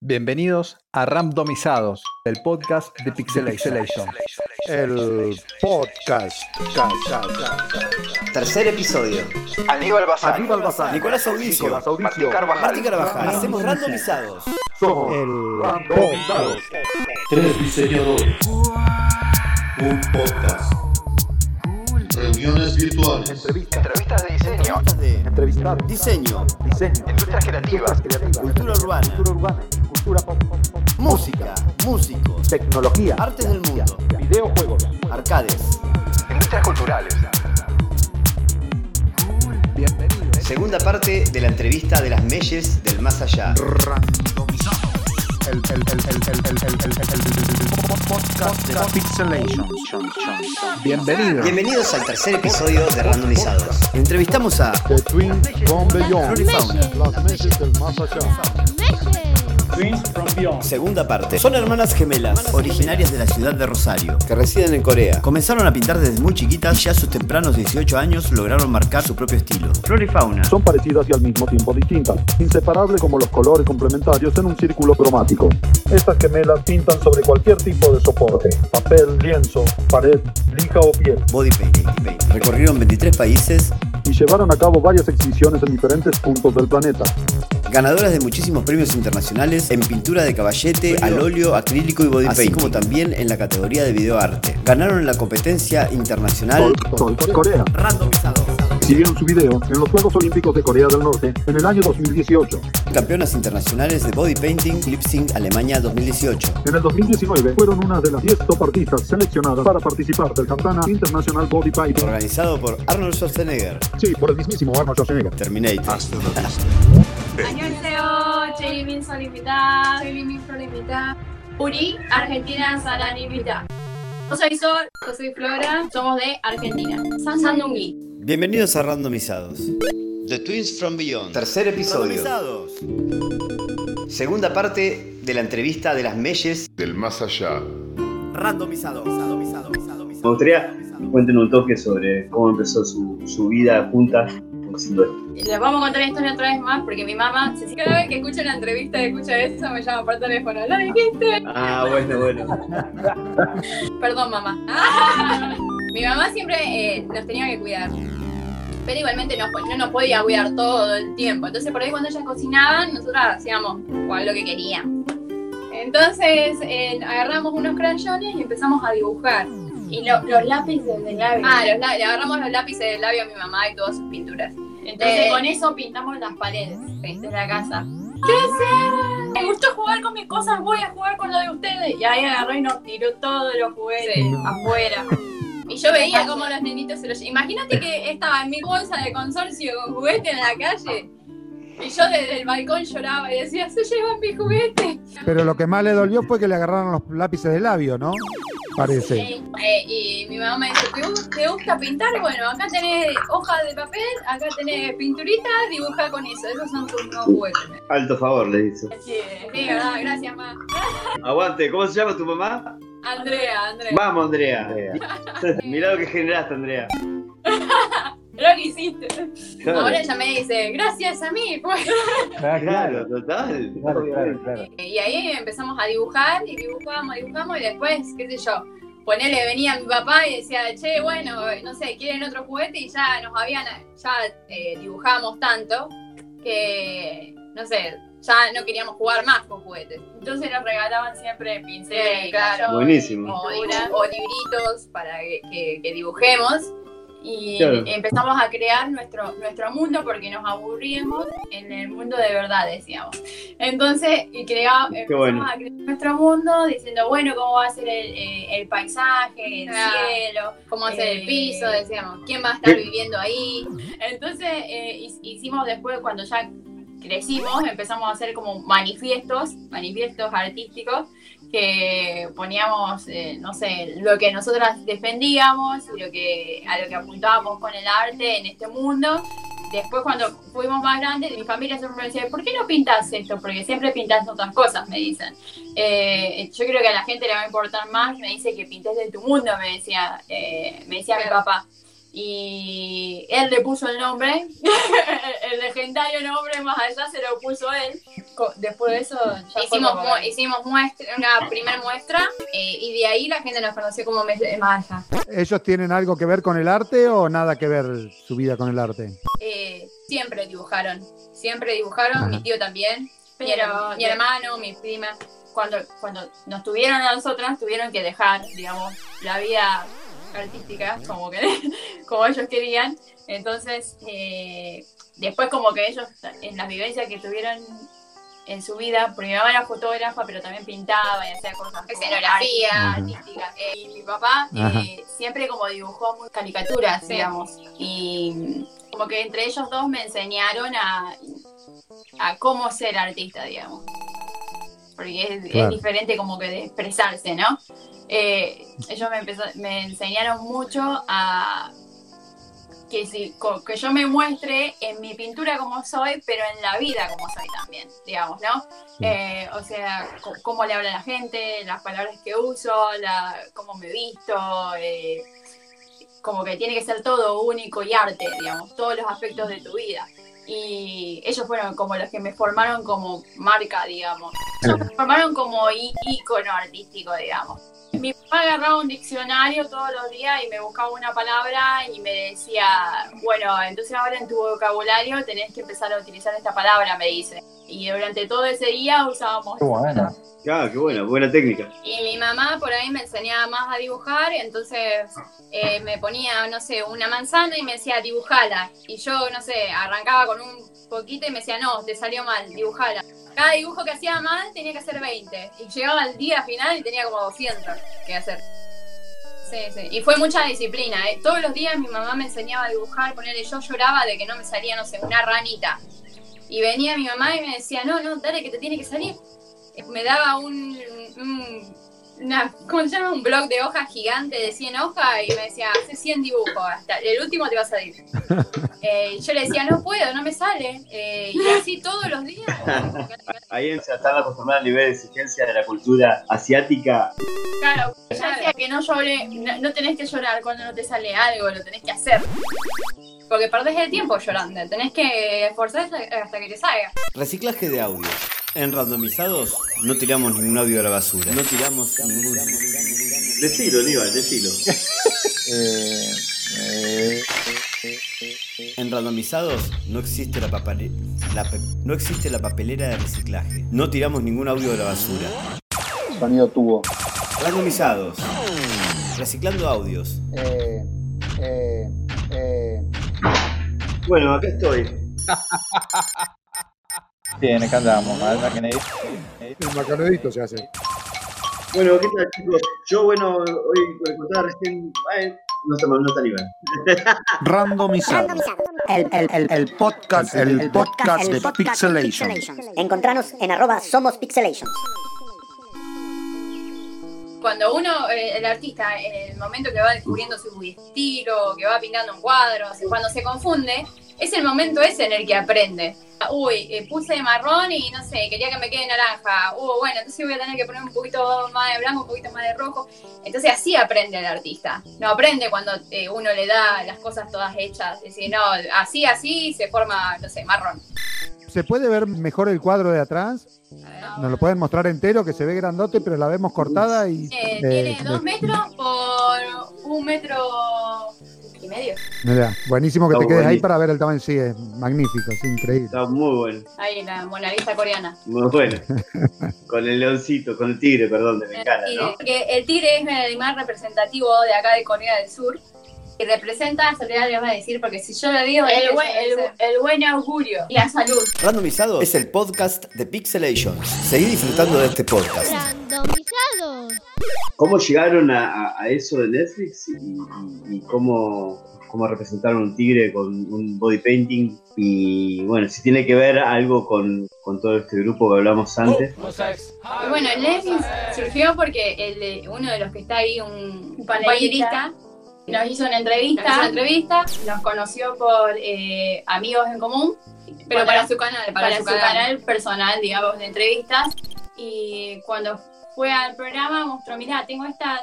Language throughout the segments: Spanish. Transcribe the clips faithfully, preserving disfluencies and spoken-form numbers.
Bienvenidos a Randomizados, el podcast de Pixelation. El podcast. Tercer episodio. Aníbal Bazán, Aníbal Bazán, Nicolás Audicio, Martín Carvajal. Martín Carvajal. Hacemos randomizados. Somos el Randomizados. Tres diseñadores. Un podcast. Reuniones virtuales. Entrevistas. Entrevistas de diseño, de Entrevistar. diseño, Diseño. industrias creativas, cultura urbana, Cultura urbana. Cultura pop, pop, pop. música, músicos, Tecnología. artes del mundo, Videojuegos. arcades. industrias culturales. Bienvenidos. Segunda parte de la entrevista de las Meyes del más allá. El, el, el, el, el, el, el, el, el, el podcast de Pixelation. Bienvenidos. Bienvenidos al tercer episodio de Randomizados. Entrevistamos a The Twins from Beyond. Florifauna. Las Meyes del más allá. Segunda parte. Son hermanas gemelas, originarias de la ciudad de Rosario, que residen en Corea. Comenzaron a pintar desde muy chiquitas y a sus tempranos dieciocho años lograron marcar su propio estilo. Florifauna. Son parecidas y al mismo tiempo distintas, inseparables como los colores complementarios en un círculo cromático. Estas gemelas pintan sobre cualquier tipo de soporte: papel, lienzo, pared, lija o piel, Body painting. Recorrieron veintitrés países, y llevaron a cabo varias exhibiciones en diferentes puntos del planeta. ganadoras de muchísimos premios internacionales en pintura de caballete, al óleo, acrílico y body painting, así como también en la categoría de videoarte. Ganaron en la competencia internacional Sol, Sol, Corea. Randomizados. Exhibieron su video en los Juegos Olímpicos de Corea del Norte en el año dos mil dieciocho. Campeonas internacionales de body painting, lip sync Alemania dos mil dieciocho. En el dos mil diecinueve fueron una de las diez top artistas seleccionadas para participar del Cantana International Body Painting. Organizado por Arnold Schwarzenegger. Sí, por el mismísimo Arnold Schwarzenegger. Terminator. 안녕하세요. 제이민 설입니다. 제이민 프로입니다. 우리 아르헨티나 사랑입니다. Yo soy Sol, yo soy Flora, somos de Argentina. Sandungi. Bienvenidos a Randomizados. The Twins from Beyond. Tercer episodio. Randomizados. Segunda parte de la entrevista de las Meyes Del más allá. Randomizados. Randomizados. Randomizados. Me gustaría que cuenten un toque sobre cómo empezó su, su vida juntas haciendo esto. Les vamos a contar la historia otra vez más porque mi mamá, si cada vez que escucha la entrevista y escucha eso, me llama por teléfono. ¿Lo dijiste? Ah, bueno, bueno. Perdón, mamá. Mi mamá siempre eh, nos tenía que cuidar. Pero igualmente no, no nos podía cuidar todo el tiempo. Entonces por ahí cuando ellas cocinaban, nosotras hacíamos igual lo que queríamos. Entonces eh, agarramos unos crayones y empezamos a dibujar. Y lo, los lápices de labio. Ah, los, le agarramos los lápices de labio a mi mamá y todas sus pinturas. Entonces eh, con eso pintamos las paredes de la casa. ¿Qué hacer? Me gusta jugar con mis cosas, voy a jugar con lo de ustedes. Y ahí agarró y nos tiró todos los juguetes sí. afuera. Y yo veía cómo los nenitos se los... Imagínate que estaba en mi bolsa de consorcio con juguete en la calle. Y yo desde el balcón lloraba y decía, se llevan mis juguetes. Pero lo que más le dolió fue que le agarraron los lápices de labio, ¿no? Parece. Eh, eh, y mi mamá me dice, ¿te gusta, ¿te gusta pintar? Bueno, acá tenés hojas de papel, acá tenés pinturitas, dibuja con eso. Esos son tus nuevos juguetes. Alto favor, le dice. Sí, sí, verdad, gracias, ma. Aguante, ¿cómo se llama tu mamá? Andrea, Andrea. Vamos, Andrea. Mirá lo que generaste, Andrea. Lo que hiciste. Claro. Ahora ella me dice, gracias a mí, pues. Claro, total. Claro, claro, claro. Y ahí empezamos a dibujar, y dibujamos, dibujamos, y después, qué sé yo, ponele, venía mi papá y decía, che, bueno, no sé, ¿quieren otro juguete? Y ya nos habían, ya eh, dibujábamos tanto, que, no sé, ya no queríamos jugar más con juguetes. Entonces nos regalaban siempre pinceles, sí, claro, buenísimo. O, o libritos para que, que, que dibujemos. Y claro. empezamos a crear nuestro, nuestro mundo porque nos aburríamos en el mundo de verdad, decíamos. Entonces y crea, empezamos bueno. a crear nuestro mundo diciendo, bueno, cómo va a ser el, el, el paisaje, el ah, cielo, cómo va a ser eh, el piso, decíamos, quién va a estar viviendo ahí. Entonces eh, hicimos después, cuando ya crecimos, empezamos a hacer como manifiestos, manifiestos artísticos, que poníamos, eh, no sé, lo que nosotras defendíamos y lo que, a lo que apuntábamos con el arte en este mundo. Después cuando fuimos más grandes, mi familia siempre me decía, ¿por qué no pintas esto? Porque siempre pintas otras cosas, me dicen. Eh, yo creo que a la gente le va a importar más, me dice que pintes de tu mundo, me decía, eh, me decía mi papá. Y él le puso el nombre, el legendario nombre Más Allá se lo puso él. Después de eso ya hicimos, mu hicimos muestra, una primer muestra eh, y de ahí la gente nos conoció como Más Allá. ¿Ellos tienen algo que ver con el arte o nada que ver su vida con el arte? Eh, siempre dibujaron, siempre dibujaron, Ajá. Mi tío también, pero mi, mi hermano, mi prima. Cuando, cuando nos tuvieron a nosotras, tuvieron que dejar, digamos, la vida artística como que como ellos querían. Entonces eh, después como que ellos en las vivencias que tuvieron en su vida, porque mi mamá era fotógrafa pero también pintaba y hacía cosas escenografía artística, eh, y mi papá eh, siempre como dibujó muy caricaturas, sí. digamos, y como que entre ellos dos me enseñaron a, a cómo ser artista, digamos, porque es, claro. es diferente como que de expresarse, ¿no? Eh, ellos me, empezó, me enseñaron mucho a que, si, que yo me muestre en mi pintura como soy, pero en la vida como soy también, digamos, ¿no? Sí. Eh, o sea, cómo le habla a la gente, las palabras que uso, la, cómo me visto, eh, como que tiene que ser todo único y arte, digamos, todos los aspectos de tu vida. Y ellos fueron como los que me formaron como marca, digamos. Ellos me formaron como ícono artístico, digamos. Mi papá agarraba un diccionario todos los días y me buscaba una palabra y me decía, bueno, entonces ahora en tu vocabulario tenés que empezar a utilizar esta palabra, me dice. Y durante todo ese día usábamos... Qué buena. Ah, qué buena, buena técnica. Y mi mamá por ahí me enseñaba más a dibujar, entonces eh, me ponía, no sé, una manzana y me decía, dibujala. Y yo, no sé, arrancaba con un poquito y me decía, no, te salió mal, dibujala. Cada dibujo que hacía mal tenía que hacer veinte. Y llegaba el día final y tenía como doscientos que hacer. Sí, sí. Y fue mucha disciplina, ¿eh? Todos los días mi mamá me enseñaba a dibujar, ponerle, yo lloraba de que no me salía, no sé, una ranita. Y venía mi mamá y me decía, no, no, dale que te tiene que salir. Me daba un, un una, ¿cómo se llama? Un bloc de hojas gigante de cien hojas y me decía, hace cien dibujos, hasta el último te va a salir. Eh, yo le decía, no puedo, no me sale. Eh, y así todos los días. Ahí se están acostumbrados al nivel de exigencia de la cultura asiática. Claro, ella decía que no llore, no, no tenés que llorar cuando no te sale algo, lo tenés que hacer. Porque perdés el tiempo llorando, tenés que esforzarse hasta que te salga. Reciclaje de audio. En Randomizados no tiramos ningún audio a la basura. No tiramos ningún... Decilo, Aníbal, decilo. eh, eh, En Randomizados no existe la, papale... la pe... no existe la papelera de reciclaje. No tiramos ningún audio a la basura. Sonido tubo. Randomizados. Reciclando audios. eh, eh, eh. Bueno, acá estoy. Bien, acá andamos. El macaronito se hace. Bueno, ¿qué tal, chicos? Yo, bueno, hoy me contaba recién... Ay, no está, no está nivel. Randomizado. El, el, el, El podcast, el, el podcast de Pixelation. Encontranos en arroba somos Pixelations. Cuando uno, eh, el artista, en el momento que va descubriendo su estilo, que va pintando un cuadro, cuando se confunde, es el momento ese en el que aprende. Uy, eh, puse marrón y no sé, quería que me quede naranja. Uh, bueno, entonces voy a tener que poner un poquito más de blanco, un poquito más de rojo. Entonces así aprende el artista. No aprende cuando eh, uno le da las cosas todas hechas. Es decir, no, así, así se forma, no sé, marrón. ¿Se puede ver mejor el cuadro de atrás? Nos lo pueden mostrar entero, que se ve grandote, pero la vemos cortada y... Eh, tiene eh, dos metros por un metro y medio. Mira, buenísimo que Está te quedes buenísimo. ahí para ver el tamaño. Sí, es magnífico, es increíble. Está muy bueno. Ahí la Mona Lisa coreana. Muy bueno. Con el leoncito, con el tigre, perdón, de Bengala, El ¿no? tigre, que el tigre es el animal representativo de acá de Corea del Sur. Que representa, en realidad les voy a decir, porque si yo lo digo, el, buen, el, el buen augurio y la salud. Randomizados es el podcast de Pixelations. Seguí disfrutando de este podcast. Randomizados. ¿Cómo llegaron a, a, a eso de Netflix y, y, y cómo, cómo representaron un tigre con un body painting? Y bueno, si tiene que ver algo con, con todo este grupo que hablamos antes. Y bueno, el Netflix surgió porque el de, uno de los que está ahí, un, un panelista, nos hizo una entrevista, nos, hizo una entrevista, nos conoció por eh, amigos en común, pero para, para su canal, para, para su, su canal. canal personal, digamos, de entrevistas. Y cuando fue al programa mostró, mirá, tengo estas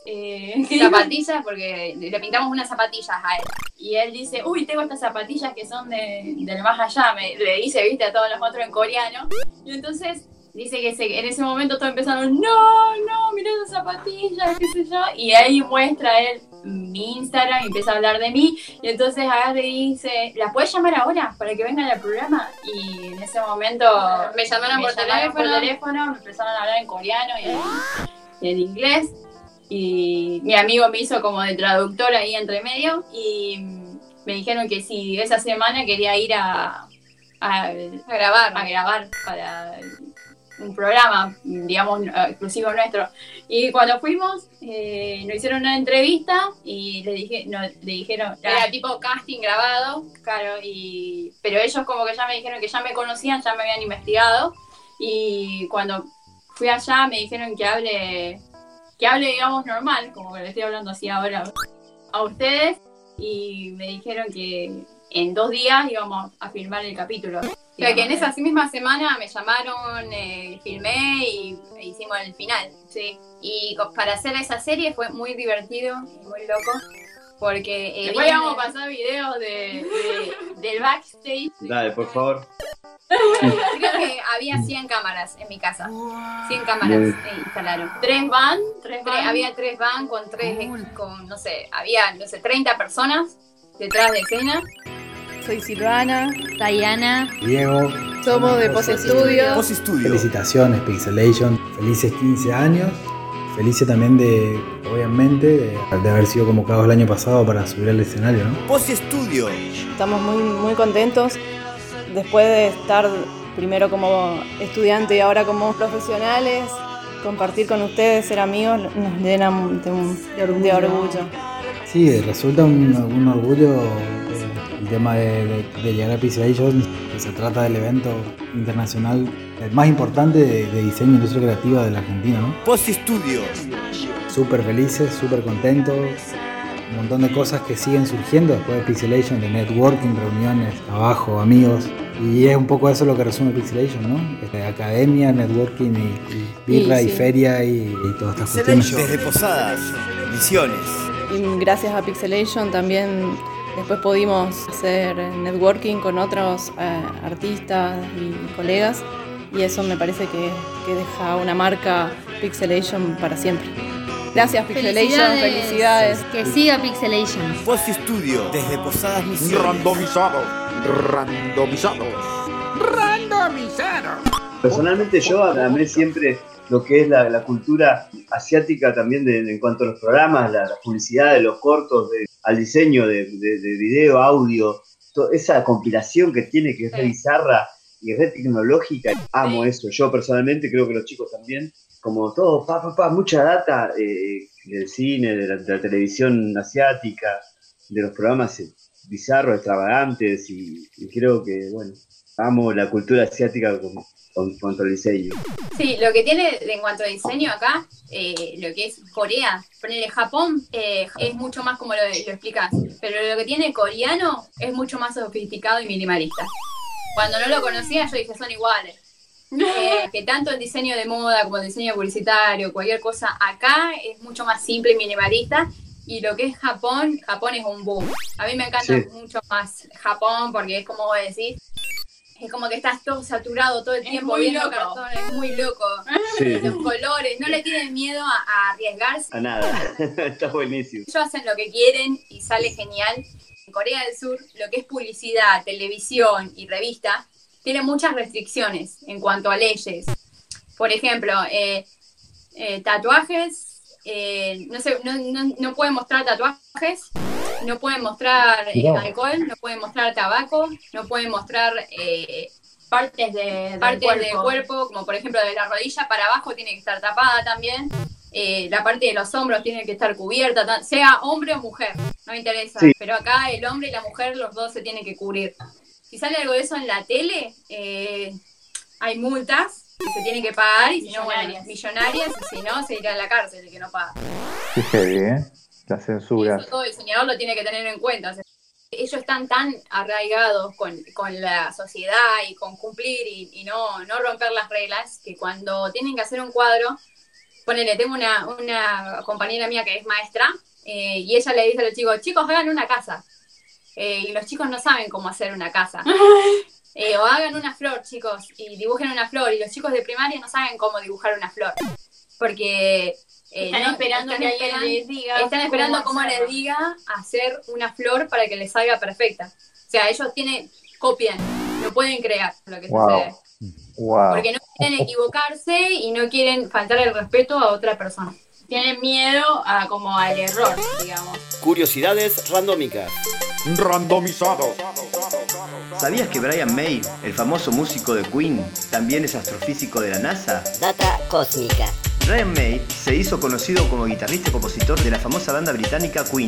eh, zapatillas, porque le pintamos unas zapatillas a él. Y él dice, uy, tengo estas zapatillas que son de, del más allá. Me, le dice, viste, a todos los otros en coreano. Y entonces dice que se, en ese momento todos empezaron, no, no, mirá esas zapatillas, qué sé yo. Y ahí muestra él mi Instagram y empieza a hablar de mí. Y entonces agarra y dice, ¿la puedes llamar ahora para que vengan al programa? Y en ese momento me llamaron, me por, llamaron teléfono. por teléfono, me empezaron a hablar en coreano y en, y en inglés. Y mi amigo me hizo como de traductor ahí entre medio y me dijeron que si esa semana quería ir a, a, a grabar, a grabar para un programa, digamos, exclusivo nuestro. Y cuando fuimos, eh, nos hicieron una entrevista y le dije, no, le dijeron, era tipo casting grabado, claro, y pero ellos como que ya me dijeron que ya me conocían, ya me habían investigado, y cuando fui allá me dijeron que hable, que hable, digamos, normal, como que le estoy hablando así ahora a ustedes, y me dijeron que en dos días íbamos a filmar el capítulo. O sea, que en esa misma semana me llamaron, eh, filmé y e hicimos el final, sí. Y para hacer esa serie fue muy divertido y muy loco, porque eh, después íbamos a pasar videos de, de, del backstage. Dale, por favor. Creo que había cien cámaras en mi casa. cien cámaras eh, instalaron. Tres van, tres van. Tres, había tres van con tres, con, no sé, había, no sé, treinta personas detrás de escena. Soy Silvana, Diana, Diego. Somos de Pose Studio. Pose Studio. Felicitaciones, Pixelation. Felices quince años. Felices también de, obviamente, de, de haber sido convocados el año pasado para subir al escenario, ¿no? Pose Studio. Estamos muy, muy contentos. Después de estar primero como estudiante y ahora como profesionales, compartir con ustedes, ser amigos, nos llena de, un, de orgullo. De orgullo. Sí, resulta un, un orgullo el tema de, de, de llegar a Pixelation, que se trata del evento internacional el más importante de, de diseño e industria creativa de la Argentina, ¿no? Pose Studio. Súper felices, súper contentos, un montón de cosas que siguen surgiendo después de Pixelation, de networking, reuniones, trabajo, amigos, y es un poco eso lo que resume Pixelation, ¿no? Este, academia, networking y, y birra y, sí. y feria y, y todas estas cuestiones. Desde Posadas, Misiones. Y gracias a Pixelation también después pudimos hacer networking con otros eh, artistas y colegas, y eso me parece que, que deja una marca Pixelation para siempre. Gracias Pixelation, felicidades. felicidades. Que siga Pixelation. Pose Studio, desde Posadas Misiones. Randomizado, randomizado, randomizado. Personalmente yo amé siempre lo que es la, la cultura asiática también de, de, en cuanto a los programas, la, la publicidad de los cortos, de, al diseño de, de, de video, audio, toda esa compilación que tiene, que es re bizarra y re tecnológica. Amo eso. Yo personalmente creo que los chicos también, como todo, pa, pa, pa, mucha data eh, del cine, de la, de la televisión asiática, de los programas bizarros, extravagantes, y, y creo que, bueno, amo la cultura asiática como en cuanto al diseño. Sí, lo que tiene en cuanto a diseño acá, eh, lo que es Corea, ponele Japón, eh, es mucho más como lo, lo explicas, pero lo que tiene coreano es mucho más sofisticado y minimalista. Cuando no lo conocía yo dije, son iguales. Eh, que tanto el diseño de moda como el diseño publicitario, cualquier cosa acá es mucho más simple y minimalista. Y lo que es Japón, Japón es un boom. A mí me encanta sí. mucho más Japón porque es como vos decís, es como que estás todo saturado todo el tiempo viendo cartones, es muy loco. Sí. Los colores, no le tienen miedo a, a arriesgarse. A nada, está buenísimo. Ellos hacen lo que quieren y sale genial. En Corea del Sur, lo que es publicidad, televisión y revista, tiene muchas restricciones en cuanto a leyes. Por ejemplo, eh, eh, tatuajes. Eh, no sé, no, no, no pueden mostrar tatuajes, no pueden mostrar eh, alcohol, no pueden mostrar tabaco, no pueden mostrar eh, partes, de, partes del, cuerpo. del cuerpo, como por ejemplo de la rodilla para abajo tiene que estar tapada también, eh, la parte de los hombros tiene que estar cubierta, sea hombre o mujer, no me interesa, sí. Pero acá el hombre y la mujer, los dos se tienen que cubrir. Si sale algo de eso en la tele, eh, hay multas que se tienen que pagar, y si no, bueno, millonarias, y si no, se irá a la cárcel el que no paga. Qué heavy, ¿eh? La censura. Y eso todo el diseñador lo tiene que tener en cuenta. O sea, ellos están tan arraigados con, con la sociedad y con cumplir y, y no, no romper las reglas, que cuando tienen que hacer un cuadro, ponele, tengo una, una compañera mía que es maestra, eh, y ella le dice a los chicos, chicos, hagan una casa. Eh, y los chicos no saben cómo hacer una casa. Eh, o hagan una flor, chicos, y dibujen una flor. Y los chicos de primaria no saben cómo dibujar una flor. Porque eh, están no, esperando están que alguien les diga. Están esperando cómo, cómo les diga hacer una flor para que les salga perfecta. O sea, ellos tienen, copian, no pueden crear lo que Wow. sucede. Wow. Porque no quieren equivocarse y no quieren faltar el respeto a otra persona. Tienen miedo a como al error, digamos. Curiosidades randómicas. Randomizado. ¿Sabías que Brian May, el famoso músico de Queen, también es astrofísico de la NASA? Data cósmica. Brian May se hizo conocido como guitarrista y compositor de la famosa banda británica Queen.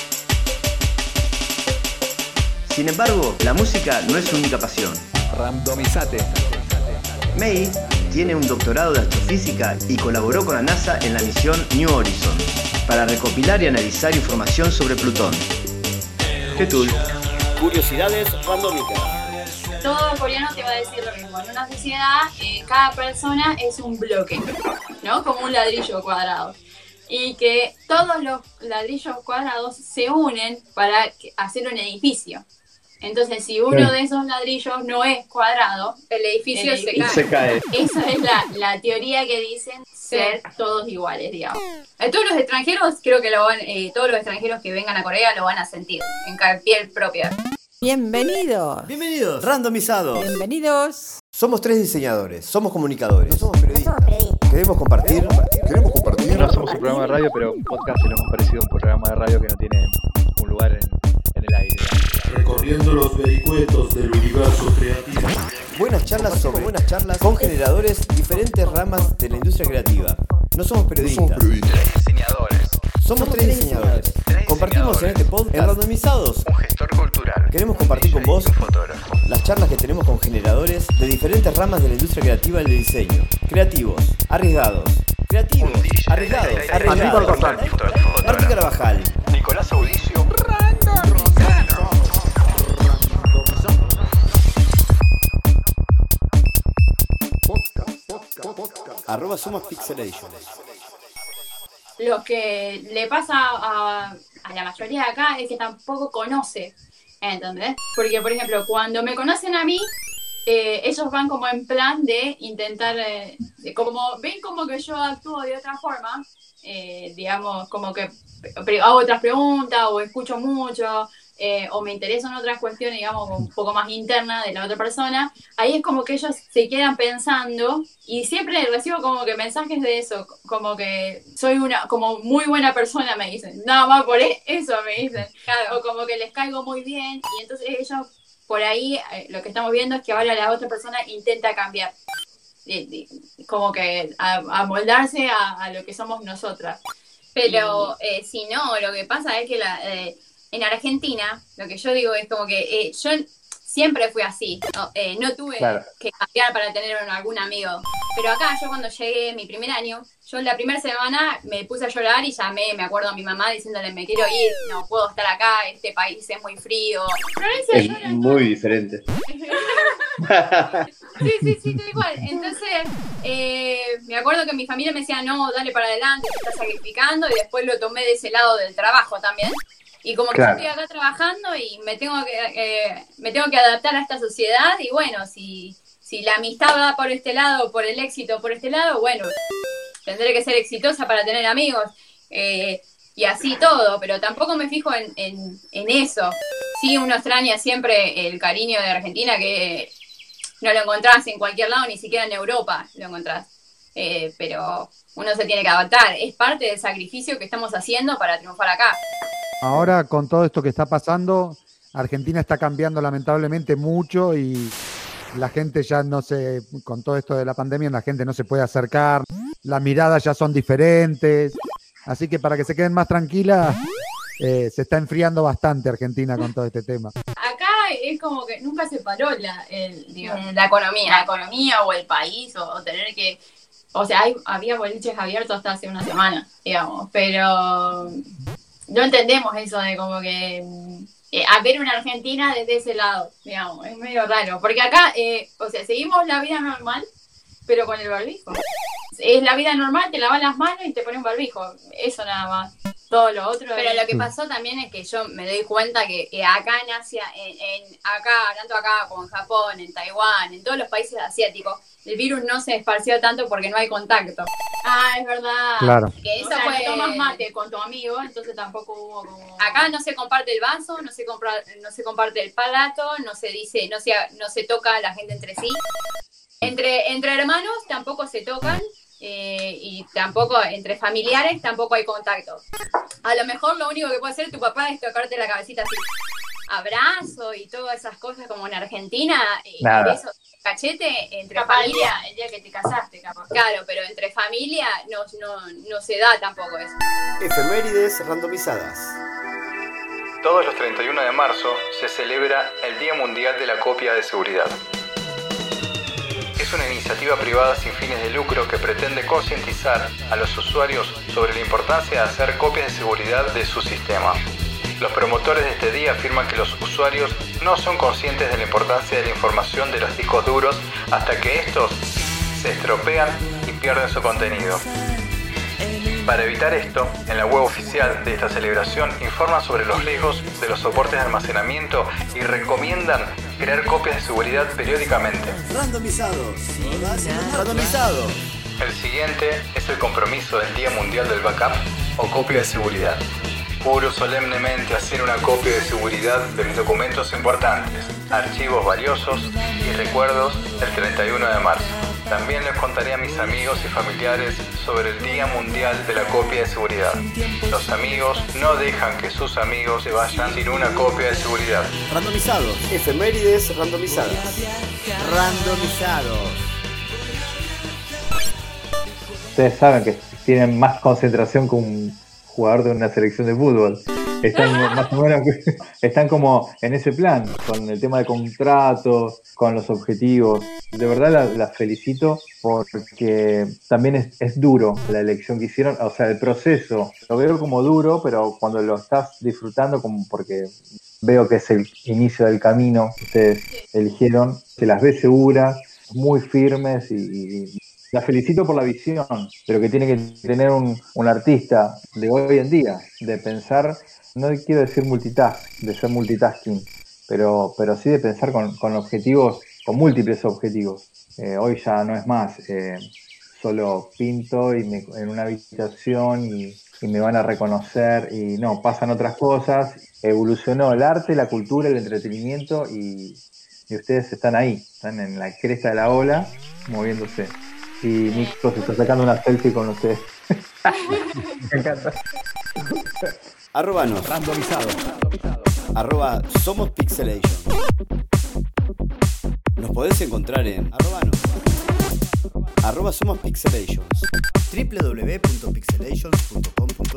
Sin embargo, la música no es su única pasión. Randomizate. May tiene un doctorado de astrofísica y colaboró con la NASA en la misión New Horizon para recopilar y analizar información sobre Plutón. ¿Qué tú? Curiosidades randómicas. Todo coreano te va a decir lo mismo. En una sociedad, eh, cada persona es un bloque, ¿no? Como un ladrillo cuadrado. Y que todos los ladrillos cuadrados se unen para hacer un edificio. Entonces, si uno Sí. de esos ladrillos no es cuadrado, El edificio el se edificio cae. Se cae. Esa es la, la teoría que dicen ser todos iguales, digamos. A todos los extranjeros, creo que lo van, eh, todos los extranjeros que vengan a Corea lo van a sentir en ca- piel propia. Bienvenidos. Bienvenidos, randomizados. Bienvenidos. Somos tres diseñadores, somos comunicadores, no somos periodistas. periodistas. Queremos compartir, Queremos compartir. No somos un programa de radio, pero un podcast se lo hemos parecido a un programa de radio que no tiene un lugar en, en el aire. Recorriendo los vericuetos del universo creativo. buenas charlas sobre buenas charlas con generadores de diferentes ramas de la industria creativa. No somos periodistas. Somos periodistas. Diseñadores. Somos tres diseñadores. Tres Compartimos en este podcast en Randomizados. Un gestor cultural. Queremos compartir con vos Un fotógrafo. las charlas que tenemos con generadores de diferentes ramas de la industria creativa y del diseño. Creativos, arriesgados. Creativos, Un D J. arriesgados, Ahí, ahí, ahí, arriesgados. Aníbal Bazán. Fotógrafo. Martín Carabajal. Nicolás Audicio. Arroba Somos Pixelation. Lo que le pasa a, a la mayoría de acá es que tampoco conoce, ¿entendés? Porque, por ejemplo, cuando me conocen a mí, eh, ellos van como en plan de intentar, eh, de como ven como que yo actúo de otra forma, eh, digamos, como que pre- hago otras preguntas o escucho mucho, eh, o me interesan otras cuestiones, digamos, un poco más internas de la otra persona, ahí es como que ellos se quedan pensando y siempre recibo como que mensajes de eso, como que soy una, como muy buena persona, me dicen, nada más por e- eso me dicen, o como que les caigo muy bien y entonces ellos por ahí eh, lo que estamos viendo es que ahora la otra persona intenta cambiar, y- y como que a, a moldarse a, a lo que somos nosotras. Pero eh, si no, lo que pasa es que la, eh, en Argentina, lo que yo digo es como que eh, yo siempre fui así, no, eh, no tuve Claro. que cambiar para tener un- algún amigo. Pero acá yo cuando llegué mi primer año, yo la primera semana me puse a llorar y llamé, me acuerdo a mi mamá diciéndole me quiero ir, no puedo estar acá, este país es muy frío. Florencia Es llora. muy diferente. Sí, sí, sí, tal igual. Entonces, eh, me acuerdo que mi familia me decía, no, dale para adelante, te estás sacrificando, y después lo tomé de ese lado del trabajo también. Y como que Claro. yo estoy acá trabajando y me tengo que eh, me tengo que adaptar a esta sociedad, y bueno, si, si la amistad va por este lado, por el éxito por este lado, bueno, tendré que ser exitosa para tener amigos. Eh, y así todo, pero tampoco me fijo en, en, en eso. Sí, uno extraña siempre el cariño de Argentina, que no lo encontrás en cualquier lado, ni siquiera en Europa lo encontrás. Eh, pero uno se tiene que adaptar. Es parte del sacrificio que estamos haciendo para triunfar acá. Ahora, con todo esto que está pasando, Argentina está cambiando lamentablemente mucho y la gente ya no se, con todo esto de la pandemia, la gente no se puede acercar, las miradas ya son diferentes, así que para que se queden más tranquilas, eh, se está enfriando bastante Argentina con todo este tema. Acá es como que nunca se paró la, el, digo, Mm, la economía. la economía o el país o, o tener que... O sea, hay, había boliches abiertos hasta hace una semana, digamos, pero no entendemos eso de como que eh, a ver una Argentina desde ese lado, digamos, es medio raro, porque acá, eh, o sea, seguimos la vida normal, pero con el barbijo. es la vida normal, te lavas las manos y te pones un barbijo. Eso nada más. Todo lo otro. Pero es... lo que pasó también es que yo me doy cuenta que eh, acá en Asia, en, en acá, tanto acá como en Japón, en Taiwán, en todos los países asiáticos, el virus no se esparció tanto porque no hay contacto. Ah, es verdad. Claro. Que eso o sea, fue... tomas mate con tu amigo, entonces tampoco hubo como... Acá no se comparte el vaso, no se compra, no se comparte el palato, no se dice, no se, no se toca la gente entre sí. Entre, entre hermanos tampoco se tocan. Eh, y tampoco, entre familiares tampoco hay contacto. A lo mejor lo único que puede hacer tu papá es tocarte la cabecita así. Abrazo y todas esas cosas como en Argentina, y besos, cachete, entre capaz familia. El día, el día que te casaste, capaz. Claro, pero entre familia no, no, no se da tampoco eso. Efemérides randomizadas. Todos los treinta y uno de marzo se celebra el Día Mundial de la Copia de Seguridad. Es una iniciativa privada sin fines de lucro que pretende concientizar a los usuarios sobre la importancia de hacer copias de seguridad de su sistema. Los promotores de este día afirman que los usuarios no son conscientes de la importancia de la información de los discos duros hasta que estos se estropean y pierden su contenido. Para evitar esto, en la web oficial de esta celebración informan sobre los riesgos de los soportes de almacenamiento y recomiendan crear copias de seguridad periódicamente. Randomizados. Randomizados. El siguiente es el compromiso del Día Mundial del Backup o copia de seguridad. Juro solemnemente hacer una copia de seguridad de mis documentos importantes, archivos valiosos y recuerdos el treinta y uno de marzo. También les contaré a mis amigos y familiares sobre el Día Mundial de la Copia de Seguridad. Los amigos no dejan que sus amigos se vayan sin una copia de seguridad. Randomizados. Efemérides randomizadas. Randomizados. Ustedes saben que tienen más concentración que un jugador de una selección de fútbol. Están más o menos, están como en ese plan, con el tema de contratos, con los objetivos. De verdad la, la felicito porque también es, es duro la elección que hicieron, o sea, el proceso. Lo veo como duro, pero cuando lo estás disfrutando, como porque veo que es el inicio del camino que ustedes eligieron, se las ve seguras, muy firmes y, y la felicito por la visión, pero que tiene que tener un, un artista de hoy en día, de pensar, no quiero decir multitask, de ser multitasking, pero, pero sí de pensar con, con objetivos, con múltiples objetivos. Eh, hoy ya no es más, eh, solo pinto y me, en una habitación y, y me van a reconocer, y no, pasan otras cosas. Evolucionó el arte, la cultura, el entretenimiento y, y ustedes están ahí, están en la cresta de la ola, moviéndose. Y Nico se está sacando una selfie con ustedes. Me encanta. Arrobanos. Randomizado. Arroba Somos Pixelation. Nos podés encontrar en arrobanos. Arroba Somos Pixelations. doble u doble u doble u punto pixelations punto com punto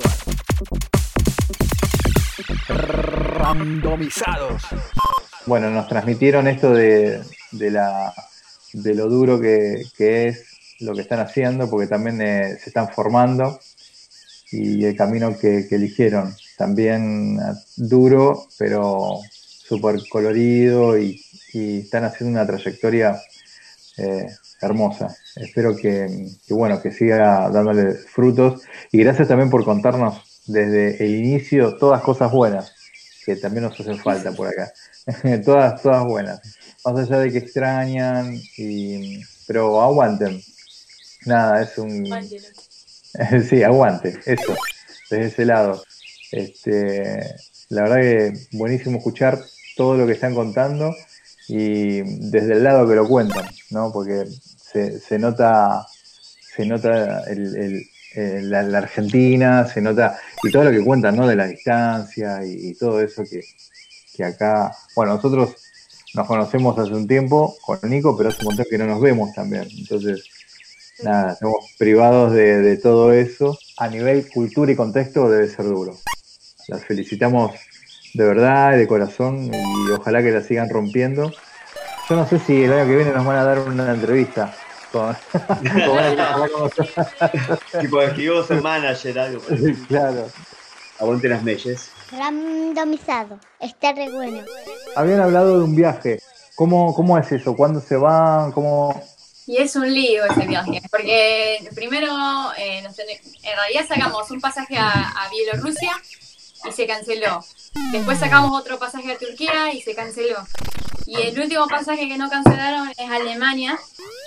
a r. Randomizados. Bueno, nos transmitieron esto de, de, la, de lo duro que, que es lo que están haciendo, porque también eh, se están formando, y el camino que, que eligieron también duro, pero súper colorido, y, y están haciendo una trayectoria eh, hermosa. Espero que, que, bueno, que siga dándole frutos, y gracias también por contarnos desde el inicio todas cosas buenas, que también nos hacen falta por acá. todas, todas buenas. Más allá de que extrañan, y, pero aguanten. Nada, es un... sí, aguante, eso, desde ese lado. Este, la verdad que buenísimo escuchar todo lo que están contando y desde el lado que lo cuentan, ¿no? Porque se, se nota, se nota el, el, el, la, la Argentina, se nota, y todo lo que cuentan, ¿no? De la distancia y, y todo eso que, que acá... Bueno, nosotros nos conocemos hace un tiempo con Nico, pero hace un montón que no nos vemos también, entonces... Nada, estamos privados de, de todo eso. A nivel cultura y contexto debe ser duro. Las felicitamos de verdad y de corazón y ojalá que la sigan rompiendo. Yo no sé si el año que viene nos van a dar una entrevista. Con, con tipo, escribimos el manager, algo. Claro. Aguante las meyes. Randomizado. Está re bueno. Habían hablado de un viaje. ¿Cómo, cómo es eso? ¿Cuándo se van? ¿Cómo...? Y es un lío ese viaje, porque primero eh, nos ten- en realidad sacamos un pasaje a, a Bielorrusia y se canceló. Después sacamos otro pasaje a Turquía y se canceló. Y el último pasaje que no cancelaron es Alemania.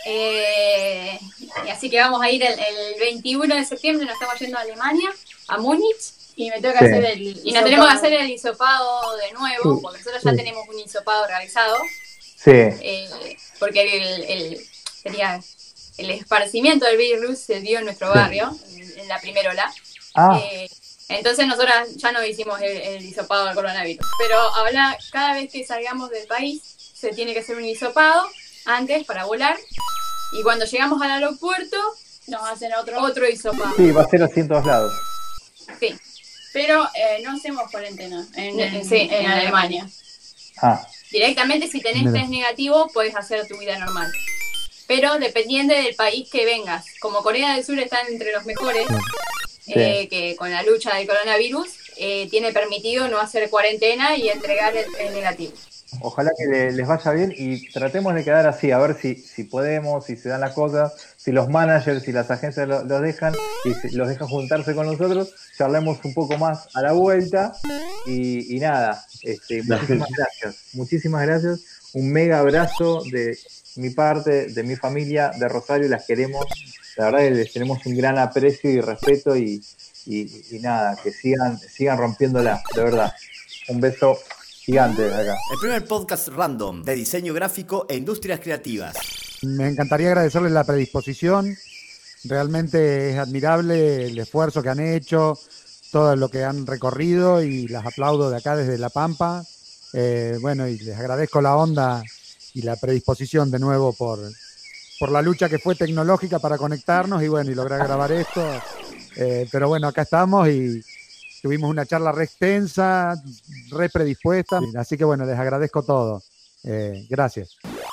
Eh, y así que vamos a ir el, el veintiuno de septiembre, nos estamos yendo a Alemania, a Múnich. Y me toca Sí. hacer el y nos tenemos que hacer el hisopado de nuevo, Sí, porque nosotros ya sí. tenemos un hisopado realizado. Sí, Eh, porque el, el- sería el esparcimiento del virus se dio en nuestro barrio, en, en la primera ola. Ah. Eh, entonces nosotras ya no hicimos el, el hisopado del coronavirus. Pero ahora, cada vez que salgamos del país, se tiene que hacer un hisopado antes para volar. Y cuando llegamos al aeropuerto, nos hacen otro, otro hisopado. sí, va a ser así en todos lados. Sí. Pero eh, no hacemos cuarentena en, en- sí, en Alemania. Ah, Directamente, si tenés Mira. test negativo, puedes hacer tu vida normal. Pero dependiendo del país que vengas. Como Corea del Sur está entre los mejores, eh, que con la lucha del coronavirus, eh, tiene permitido no hacer cuarentena y entregar el, el negativo. ojalá que le- les vaya bien y tratemos de quedar así, a ver si, si podemos, si se dan las cosas, si los managers y las agencias lo- los dejan y si los dejan juntarse con nosotros, charlemos un poco más a la vuelta y, y nada, este, muchísimas gracias, muchísimas gracias, un mega abrazo de mi parte, de mi familia, de Rosario, las queremos, la verdad que les tenemos un gran aprecio y respeto y, y, y nada, que sigan, sigan rompiéndola, de verdad. Un beso gigante desde acá. El primer podcast random de diseño gráfico e industrias creativas. Me encantaría agradecerles la predisposición. Realmente es admirable el esfuerzo que han hecho, todo lo que han recorrido y las aplaudo de acá desde La Pampa. Eh, bueno, y les agradezco la onda y la predisposición de nuevo por, por la lucha que fue tecnológica para conectarnos y bueno, y lograr grabar esto. Eh, pero bueno, acá estamos y tuvimos una charla re extensa, re predispuesta, así que bueno, les agradezco todo. Eh, gracias.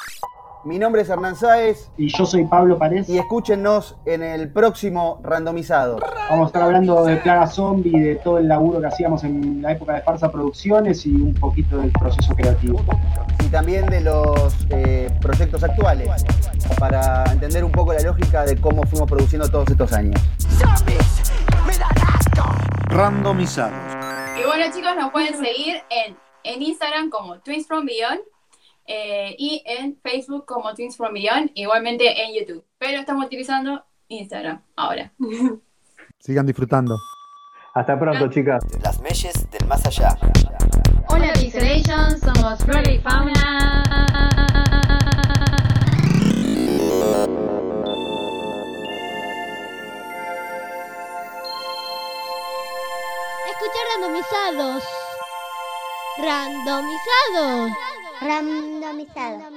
Mi nombre es Hernán Sáez. Y yo soy Pablo Párez. Y escúchenos en el próximo Randomizado. Vamos a estar hablando de Plaga Zombie, de todo el laburo que hacíamos en la época de Farsa Producciones y un poquito del proceso creativo. Y también de los eh, proyectos actuales, para entender un poco la lógica de cómo fuimos produciendo todos estos años. Randomizados. Y bueno, chicos, nos pueden seguir en, en Instagram como Twins from Beyond eh, y en Facebook como Twins from Beyond, igualmente en YouTube. Pero estamos utilizando Instagram ahora. Sigan disfrutando. Hasta pronto, chicas. Las meyes del más allá. Hola Pixelation, somos Flora y Fauna. Escucha randomizados. Randomizados. Randomizados.